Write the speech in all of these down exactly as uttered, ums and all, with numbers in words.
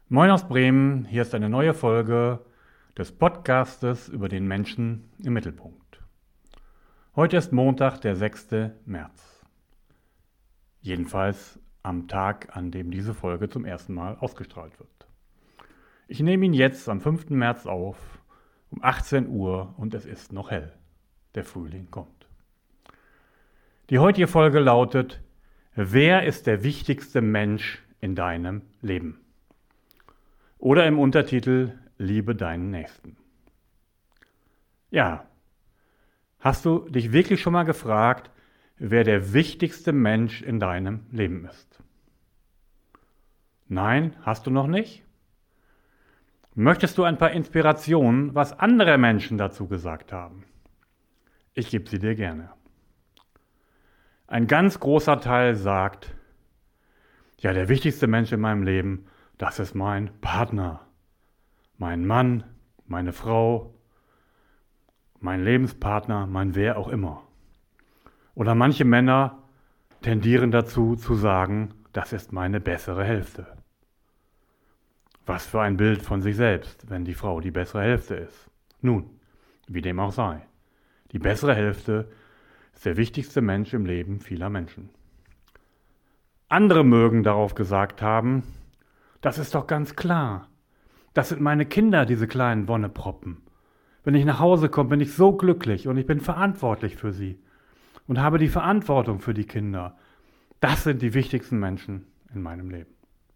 Moin aus Bremen, hier ist eine neue Folge des Podcastes über den Menschen im Mittelpunkt. Heute ist Montag, der sechste März. Jedenfalls am Tag, an dem diese Folge zum ersten Mal ausgestrahlt wird. Ich nehme ihn jetzt am fünften März auf, um achtzehn Uhr und es ist noch hell. Der Frühling kommt. Die heutige Folge lautet: Wer ist der wichtigste Mensch in deinem Leben? Oder im Untertitel: Liebe deinen Nächsten. Ja, hast du dich wirklich schon mal gefragt, wer der wichtigste Mensch in deinem Leben ist? Nein, hast du noch nicht? Möchtest du ein paar Inspirationen, was andere Menschen dazu gesagt haben? Ich gebe sie dir gerne. Ein ganz großer Teil sagt: Ja, der wichtigste Mensch in meinem Leben, das ist mein Partner, mein Mann, meine Frau, mein Lebenspartner, mein wer auch immer. Oder manche Männer tendieren dazu zu sagen, das ist meine bessere Hälfte. Was für ein Bild von sich selbst, wenn die Frau die bessere Hälfte ist. Nun, wie dem auch sei. Die bessere Hälfte ist der wichtigste Mensch im Leben vieler Menschen. Andere mögen darauf gesagt haben: Das ist doch ganz klar. Das sind meine Kinder, diese kleinen Wonneproppen. Wenn ich nach Hause komme, bin ich so glücklich und ich bin verantwortlich für sie und habe die Verantwortung für die Kinder. Das sind die wichtigsten Menschen in meinem Leben.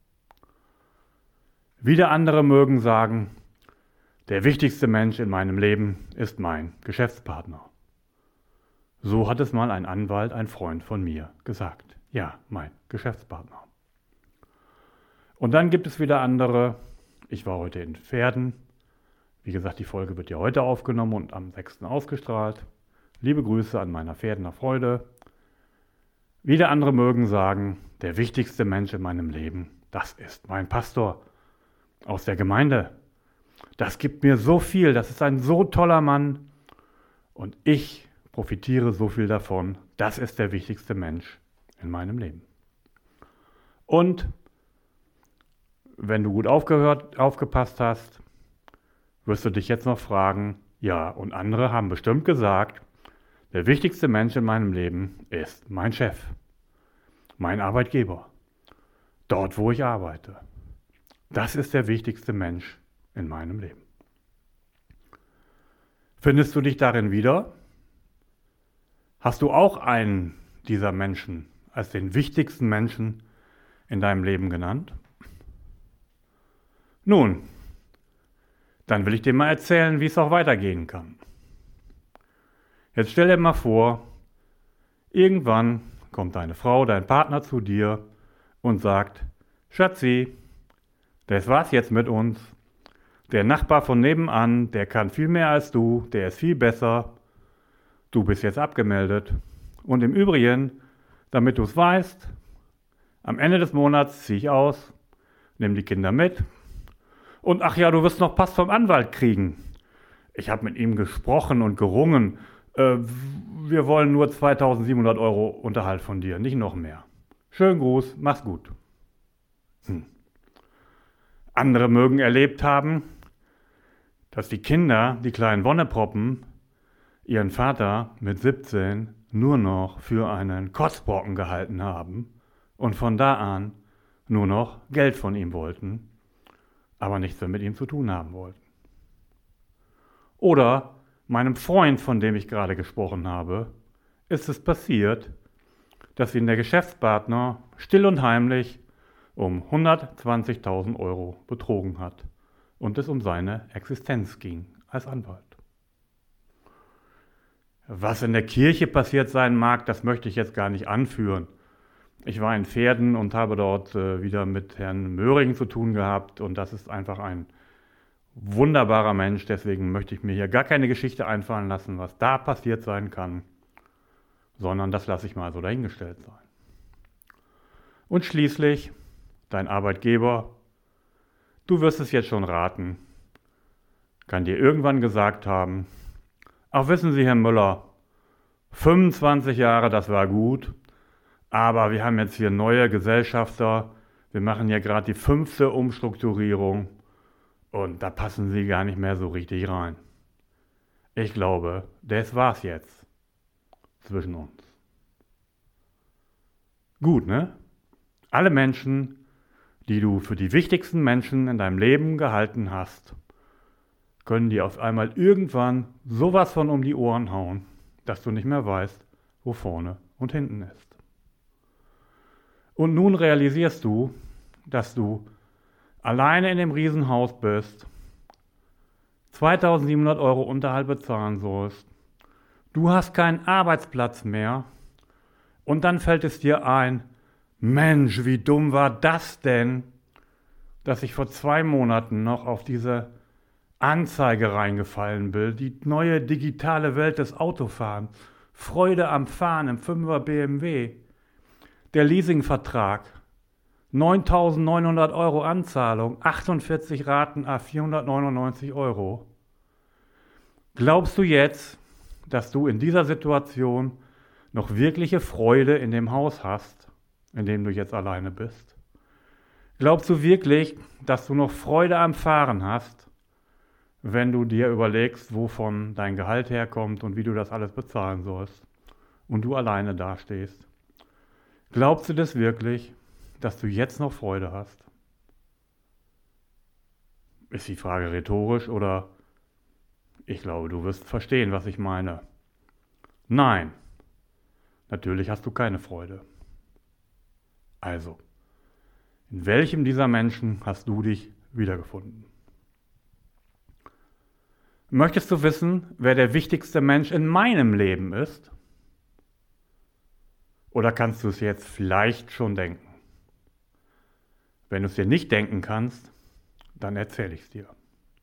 Wieder andere mögen sagen: Der wichtigste Mensch in meinem Leben ist mein Geschäftspartner. So hat es mal ein Anwalt, ein Freund von mir, gesagt. Ja, mein Geschäftspartner. Und dann gibt es wieder andere. Ich war heute in Pferden. Wie gesagt, die Folge wird ja heute aufgenommen und am sechsten ausgestrahlt. Liebe Grüße an meiner Pferdener Freude. Wieder andere mögen sagen: Der wichtigste Mensch in meinem Leben, das ist mein Pastor aus der Gemeinde. Das gibt mir so viel, das ist ein so toller Mann und ich profitiere so viel davon. Das ist der wichtigste Mensch in meinem Leben. Und wenn du gut aufgehört, aufgepasst hast, wirst du dich jetzt noch fragen: Ja, und andere haben bestimmt gesagt, der wichtigste Mensch in meinem Leben ist mein Chef, mein Arbeitgeber, dort wo ich arbeite. Das ist der wichtigste Mensch in meinem Leben. Findest du dich darin wieder? Hast du auch einen dieser Menschen als den wichtigsten Menschen in deinem Leben genannt? Nun, dann will ich dir mal erzählen, wie es auch weitergehen kann. Jetzt stell dir mal vor, irgendwann kommt deine Frau, dein Partner zu dir und sagt: Schatzi, das war's jetzt mit uns. Der Nachbar von nebenan, der kann viel mehr als du, der ist viel besser. Du bist jetzt abgemeldet. Und im Übrigen, damit du es weißt, am Ende des Monats ziehe ich aus, nimm die Kinder mit. Und ach ja, du wirst noch Pass vom Anwalt kriegen. Ich habe mit ihm gesprochen und gerungen. Äh, wir wollen nur zweitausendsiebenhundert Euro Unterhalt von dir, nicht noch mehr. Schönen Gruß, mach's gut. Hm. Andere mögen erlebt haben, dass die Kinder, die kleinen Wonneproppen, ihren Vater mit siebzehn nur noch für einen Kotzbrocken gehalten haben und von da an nur noch Geld von ihm wollten, aber nichts mehr mit ihm zu tun haben wollten. Oder meinem Freund, von dem ich gerade gesprochen habe, ist es passiert, dass ihn der Geschäftspartner still und heimlich um hundertzwanzigtausend Euro betrogen hat und es um seine Existenz ging als Anwalt. Was in der Kirche passiert sein mag, das möchte ich jetzt gar nicht anführen. Ich war in Pferden und habe dort äh, wieder mit Herrn Möhring zu tun gehabt und das ist einfach ein wunderbarer Mensch, deswegen möchte ich mir hier gar keine Geschichte einfallen lassen, was da passiert sein kann, sondern das lasse ich mal so dahingestellt sein. Und schließlich dein Arbeitgeber, du wirst es jetzt schon raten, kann dir irgendwann gesagt haben: Ach, wissen Sie, Herr Müller, fünfundzwanzig Jahre, das war gut, aber wir haben jetzt hier neue Gesellschafter, Wir machen ja gerade die fünfte Umstrukturierung und da passen Sie gar nicht mehr so richtig rein. Ich glaube, das war's jetzt zwischen uns. Gut, ne? Alle Menschen, die du für die wichtigsten Menschen in deinem Leben gehalten hast, können dir auf einmal irgendwann sowas von um die Ohren hauen, dass du nicht mehr weißt, wo vorne und hinten ist. Und nun realisierst du, dass du alleine in dem Riesenhaus bist, zweitausendsiebenhundert Euro Unterhalt bezahlen sollst, du hast keinen Arbeitsplatz mehr und dann fällt es dir ein, Mensch, wie dumm war das denn, dass ich vor zwei Monaten noch auf diese Anzeige reingefallen bin, die neue digitale Welt des Autofahrens, Freude am Fahren im Fünfer B M W, der Leasingvertrag, neuntausendneunhundert Euro Anzahlung, achtundvierzig Raten à vierhundertneunundneunzig Euro. Glaubst du jetzt, dass du in dieser Situation noch wirkliche Freude in dem Haus hast, in dem du jetzt alleine bist? Glaubst du wirklich, dass du noch Freude am Fahren hast, wenn du dir überlegst, wovon dein Gehalt herkommt und wie du das alles bezahlen sollst und du alleine dastehst? Glaubst du das wirklich, dass du jetzt noch Freude hast? Ist die Frage rhetorisch oder ich glaube, du wirst verstehen, was ich meine. Nein, natürlich hast du keine Freude. Also, in welchem dieser Menschen hast du dich wiedergefunden? Möchtest du wissen, wer der wichtigste Mensch in meinem Leben ist? Oder kannst du es jetzt vielleicht schon denken? Wenn du es dir nicht denken kannst, dann erzähle ich es dir.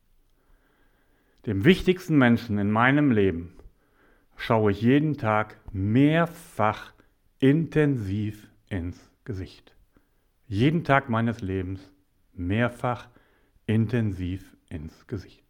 Dem wichtigsten Menschen in meinem Leben schaue ich jeden Tag mehrfach intensiv ins Gesicht. Jeden Tag meines Lebens mehrfach intensiv ins Gesicht.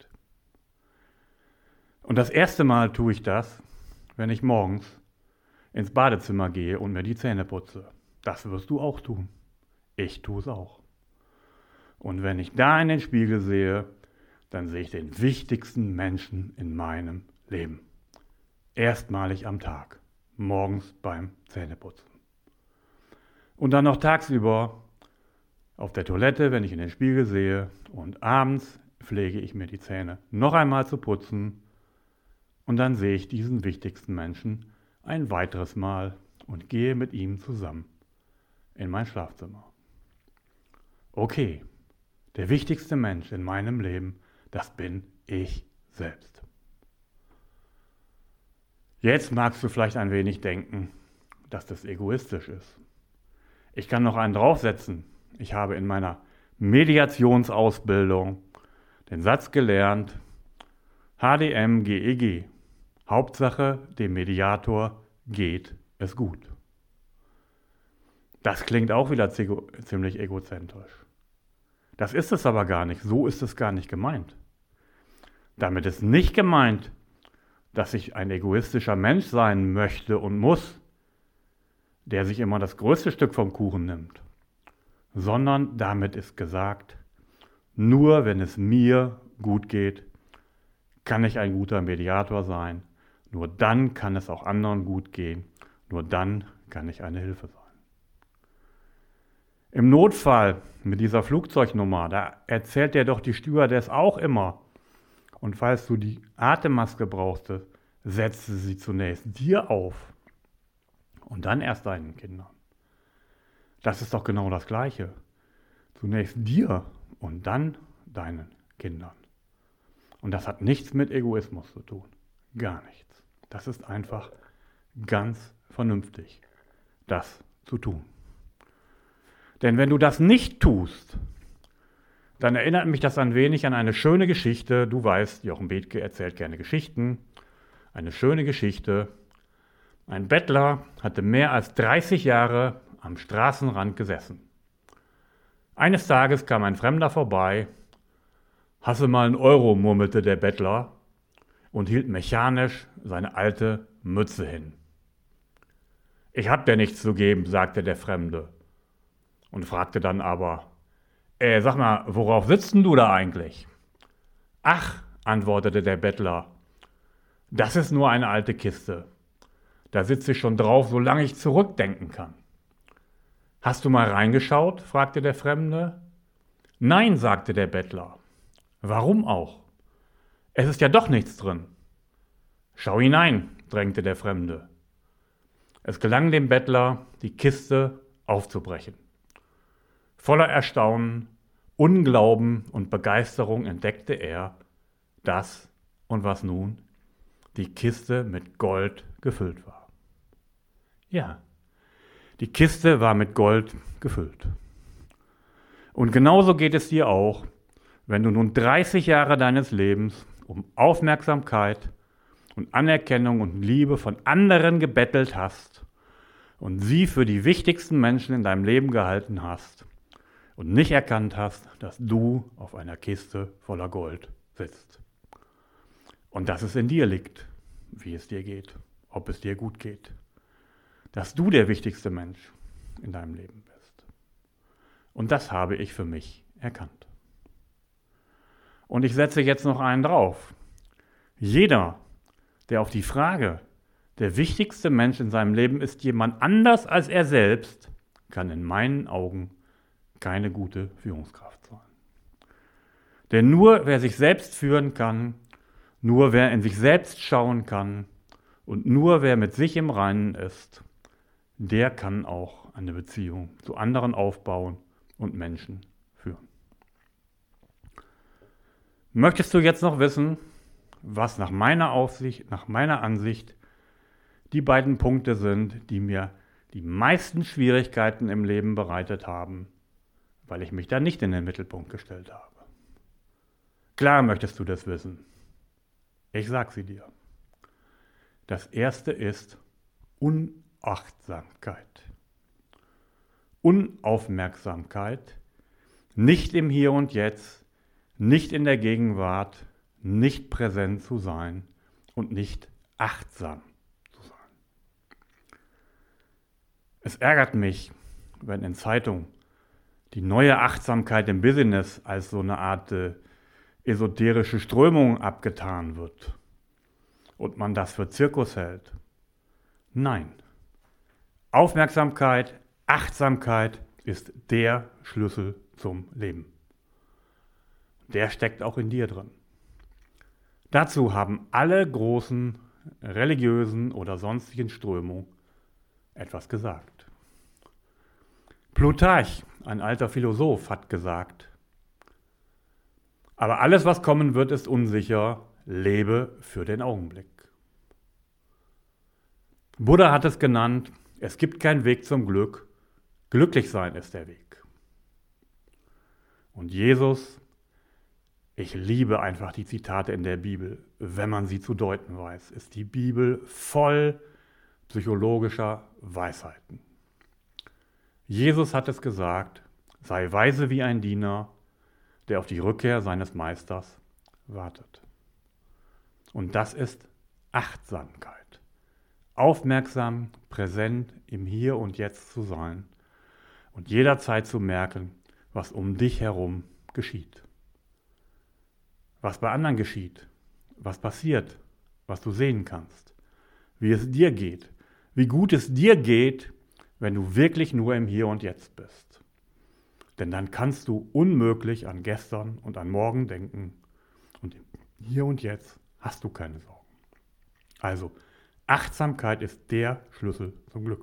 Und das erste Mal tue ich das, wenn ich morgens ins Badezimmer gehe und mir die Zähne putze. Das wirst du auch tun. Ich tue es auch. Und wenn ich da in den Spiegel sehe, dann sehe ich den wichtigsten Menschen in meinem Leben. Erstmalig am Tag, morgens beim Zähneputzen. Und dann noch tagsüber auf der Toilette, wenn ich in den Spiegel sehe, und abends pflege ich mir die Zähne noch einmal zu putzen. Und dann sehe ich diesen wichtigsten Menschen ein weiteres Mal und gehe mit ihm zusammen in mein Schlafzimmer. Okay, der wichtigste Mensch in meinem Leben, das bin ich selbst. Jetzt magst du vielleicht ein wenig denken, dass das egoistisch ist. Ich kann noch einen draufsetzen. Ich habe in meiner Mediationsausbildung den Satz gelernt, H D M G E G. Hauptsache, dem Mediator geht es gut. Das klingt auch wieder ziemlich egozentrisch. Das ist es aber gar nicht. So ist es gar nicht gemeint. Damit ist nicht gemeint, dass ich ein egoistischer Mensch sein möchte und muss, der sich immer das größte Stück vom Kuchen nimmt. Sondern damit ist gesagt, nur wenn es mir gut geht, kann ich ein guter Mediator sein. Nur dann kann es auch anderen gut gehen. Nur dann kann ich eine Hilfe sein. Im Notfall mit dieser Flugzeugnummer, da erzählt dir doch die Stewardess auch immer. Und falls du die Atemmaske brauchst, setzt sie zunächst dir auf und dann erst deinen Kindern. Das ist doch genau das Gleiche. Zunächst dir und dann deinen Kindern. Und das hat nichts mit Egoismus zu tun. Gar nichts. Das ist einfach ganz vernünftig, das zu tun. Denn wenn du das nicht tust, dann erinnert mich das ein wenig an eine schöne Geschichte. Du weißt, Jochen Bethke erzählt gerne Geschichten. Eine schöne Geschichte. Ein Bettler hatte mehr als dreißig Jahre am Straßenrand gesessen. Eines Tages kam ein Fremder vorbei. Hasse mal einen Euro, murmelte der Bettler und hielt mechanisch seine alte Mütze hin. Ich hab dir nichts zu geben, sagte der Fremde. und fragte dann aber, äh, sag mal, worauf sitzt denn du da eigentlich? Ach, antwortete der Bettler, das ist nur eine alte Kiste. Da sitze ich schon drauf, solange ich zurückdenken kann. Hast du mal reingeschaut? Fragte der Fremde. Nein, sagte der Bettler. Warum auch? Es ist ja doch nichts drin. Schau hinein, drängte der Fremde. Es gelang dem Bettler, die Kiste aufzubrechen. Voller Erstaunen, Unglauben und Begeisterung entdeckte er, dass, und was nun, die Kiste mit Gold gefüllt war. Ja, die Kiste war mit Gold gefüllt. Und genauso geht es dir auch, wenn du nun dreißig Jahre deines Lebens um Aufmerksamkeit und Anerkennung und Liebe von anderen gebettelt hast und sie für die wichtigsten Menschen in deinem Leben gehalten hast und nicht erkannt hast, dass du auf einer Kiste voller Gold sitzt. Und dass es in dir liegt, wie es dir geht, ob es dir gut geht. Dass du der wichtigste Mensch in deinem Leben bist. Und das habe ich für mich erkannt. Und ich setze jetzt noch einen drauf. Jeder, der auf die Frage, der wichtigste Mensch in seinem Leben ist jemand anders als er selbst, kann in meinen Augen keine gute Führungskraft sein. Denn nur wer sich selbst führen kann, nur wer in sich selbst schauen kann und nur wer mit sich im Reinen ist, der kann auch eine Beziehung zu anderen aufbauen und Menschen führen. Möchtest du jetzt noch wissen, was nach meiner Aufsicht, nach meiner Ansicht die beiden Punkte sind, die mir die meisten Schwierigkeiten im Leben bereitet haben, weil ich mich da nicht in den Mittelpunkt gestellt habe? Klar möchtest du das wissen. Ich sag sie dir. Das erste ist Unachtsamkeit. Unaufmerksamkeit, nicht im Hier und Jetzt, nicht in der Gegenwart, nicht präsent zu sein und nicht achtsam zu sein. Es ärgert mich, wenn in Zeitungen die neue Achtsamkeit im Business als so eine Art äh, esoterische Strömung abgetan wird und man das für Zirkus hält. Nein. Aufmerksamkeit, Achtsamkeit ist der Schlüssel zum Leben. Der steckt auch in dir drin. Dazu haben alle großen religiösen oder sonstigen Strömungen etwas gesagt. Plutarch, ein alter Philosoph, hat gesagt, aber alles, was kommen wird, ist unsicher, lebe für den Augenblick. Buddha hat es genannt, es gibt keinen Weg zum Glück, glücklich sein ist der Weg. Und Jesus, ich liebe einfach die Zitate in der Bibel, wenn man sie zu deuten weiß, ist die Bibel voll psychologischer Weisheiten. Jesus hat es gesagt, sei weise wie ein Diener, der auf die Rückkehr seines Meisters wartet. Und das ist Achtsamkeit. Aufmerksam, präsent im Hier und Jetzt zu sein und jederzeit zu merken, was um dich herum geschieht. Was bei anderen geschieht, was passiert, was du sehen kannst, wie es dir geht, wie gut es dir geht, wenn du wirklich nur im Hier und Jetzt bist. Denn dann kannst du unmöglich an gestern und an morgen denken und im Hier und Jetzt hast du keine Sorgen. Also, Achtsamkeit ist der Schlüssel zum Glück.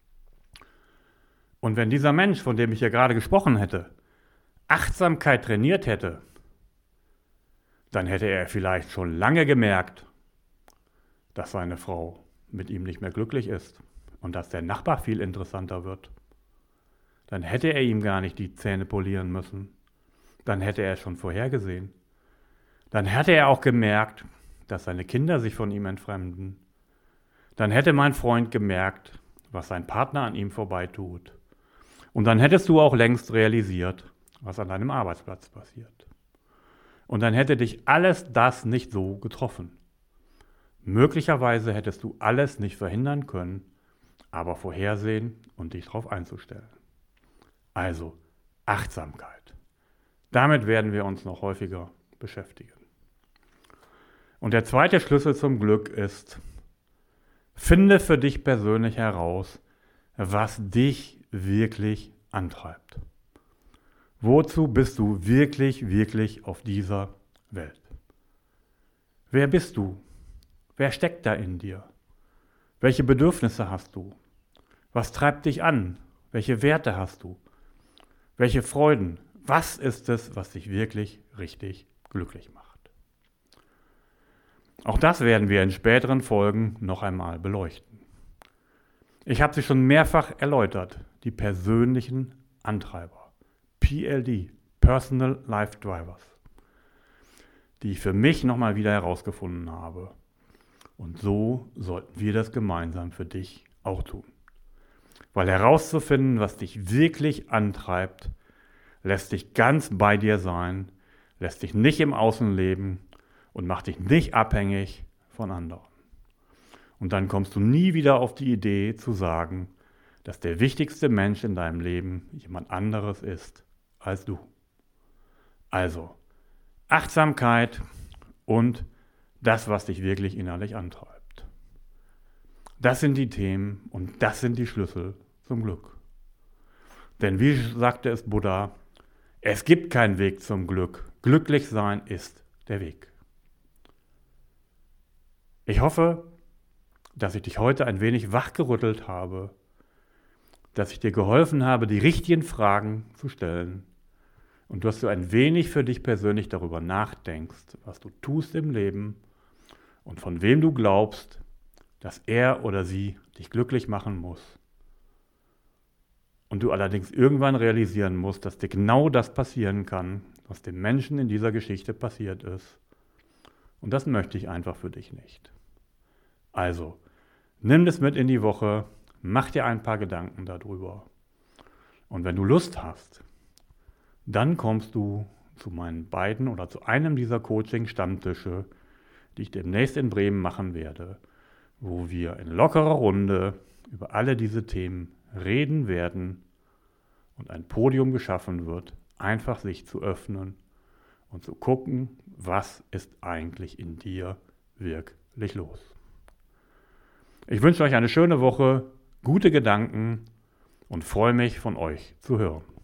Und wenn dieser Mensch, von dem ich hier gerade gesprochen hätte, Achtsamkeit trainiert hätte, dann hätte er vielleicht schon lange gemerkt, dass seine Frau mit ihm nicht mehr glücklich ist und dass der Nachbar viel interessanter wird. Dann hätte er ihm gar nicht die Zähne polieren müssen. Dann hätte er es schon vorhergesehen. Dann hätte er auch gemerkt, dass seine Kinder sich von ihm entfremden. Dann hätte mein Freund gemerkt, was sein Partner an ihm vorbeitut. Und dann hättest du auch längst realisiert, was an deinem Arbeitsplatz passiert. Und dann hätte dich alles das nicht so getroffen. Möglicherweise hättest du alles nicht verhindern können, aber vorhersehen und dich darauf einzustellen. Also Achtsamkeit. Damit werden wir uns noch häufiger beschäftigen. Und der zweite Schlüssel zum Glück ist, finde für dich persönlich heraus, was dich wirklich antreibt. Wozu bist du wirklich, wirklich auf dieser Welt? Wer bist du? Wer steckt da in dir? Welche Bedürfnisse hast du? Was treibt dich an? Welche Werte hast du? Welche Freuden? Was ist es, was dich wirklich richtig glücklich macht? Auch das werden wir in späteren Folgen noch einmal beleuchten. Ich habe sie schon mehrfach erläutert, die persönlichen Antreiber, P L D, Personal Life Drivers, die ich für mich nochmal wieder herausgefunden habe. Und so sollten wir das gemeinsam für dich auch tun. Weil herauszufinden, was dich wirklich antreibt, lässt dich ganz bei dir sein, lässt dich nicht im Außen leben und macht dich nicht abhängig von anderen. Und dann kommst du nie wieder auf die Idee zu sagen, dass der wichtigste Mensch in deinem Leben jemand anderes ist als du. Also Achtsamkeit und das, was dich wirklich innerlich antreibt. Das sind die Themen und das sind die Schlüssel zum Glück. Denn wie sagte es Buddha, es gibt keinen Weg zum Glück. Glücklich sein ist der Weg. Ich hoffe, dass ich dich heute ein wenig wachgerüttelt habe, dass ich dir geholfen habe, die richtigen Fragen zu stellen und dass du ein wenig für dich persönlich darüber nachdenkst, was du tust im Leben und von wem du glaubst, dass er oder sie dich glücklich machen muss. Und du allerdings irgendwann realisieren musst, dass dir genau das passieren kann, was dem Menschen in dieser Geschichte passiert ist. Und das möchte ich einfach für dich nicht. Also, nimm das mit in die Woche, mach dir ein paar Gedanken darüber. Und wenn du Lust hast, dann kommst du zu meinen beiden oder zu einem dieser Coaching-Stammtische, die ich demnächst in Bremen machen werde, wo wir in lockerer Runde über alle diese Themen reden werden und ein Podium geschaffen wird, einfach sich zu öffnen und zu gucken, was ist eigentlich in dir wirklich los. Ich wünsche euch eine schöne Woche, gute Gedanken und freue mich, von euch zu hören.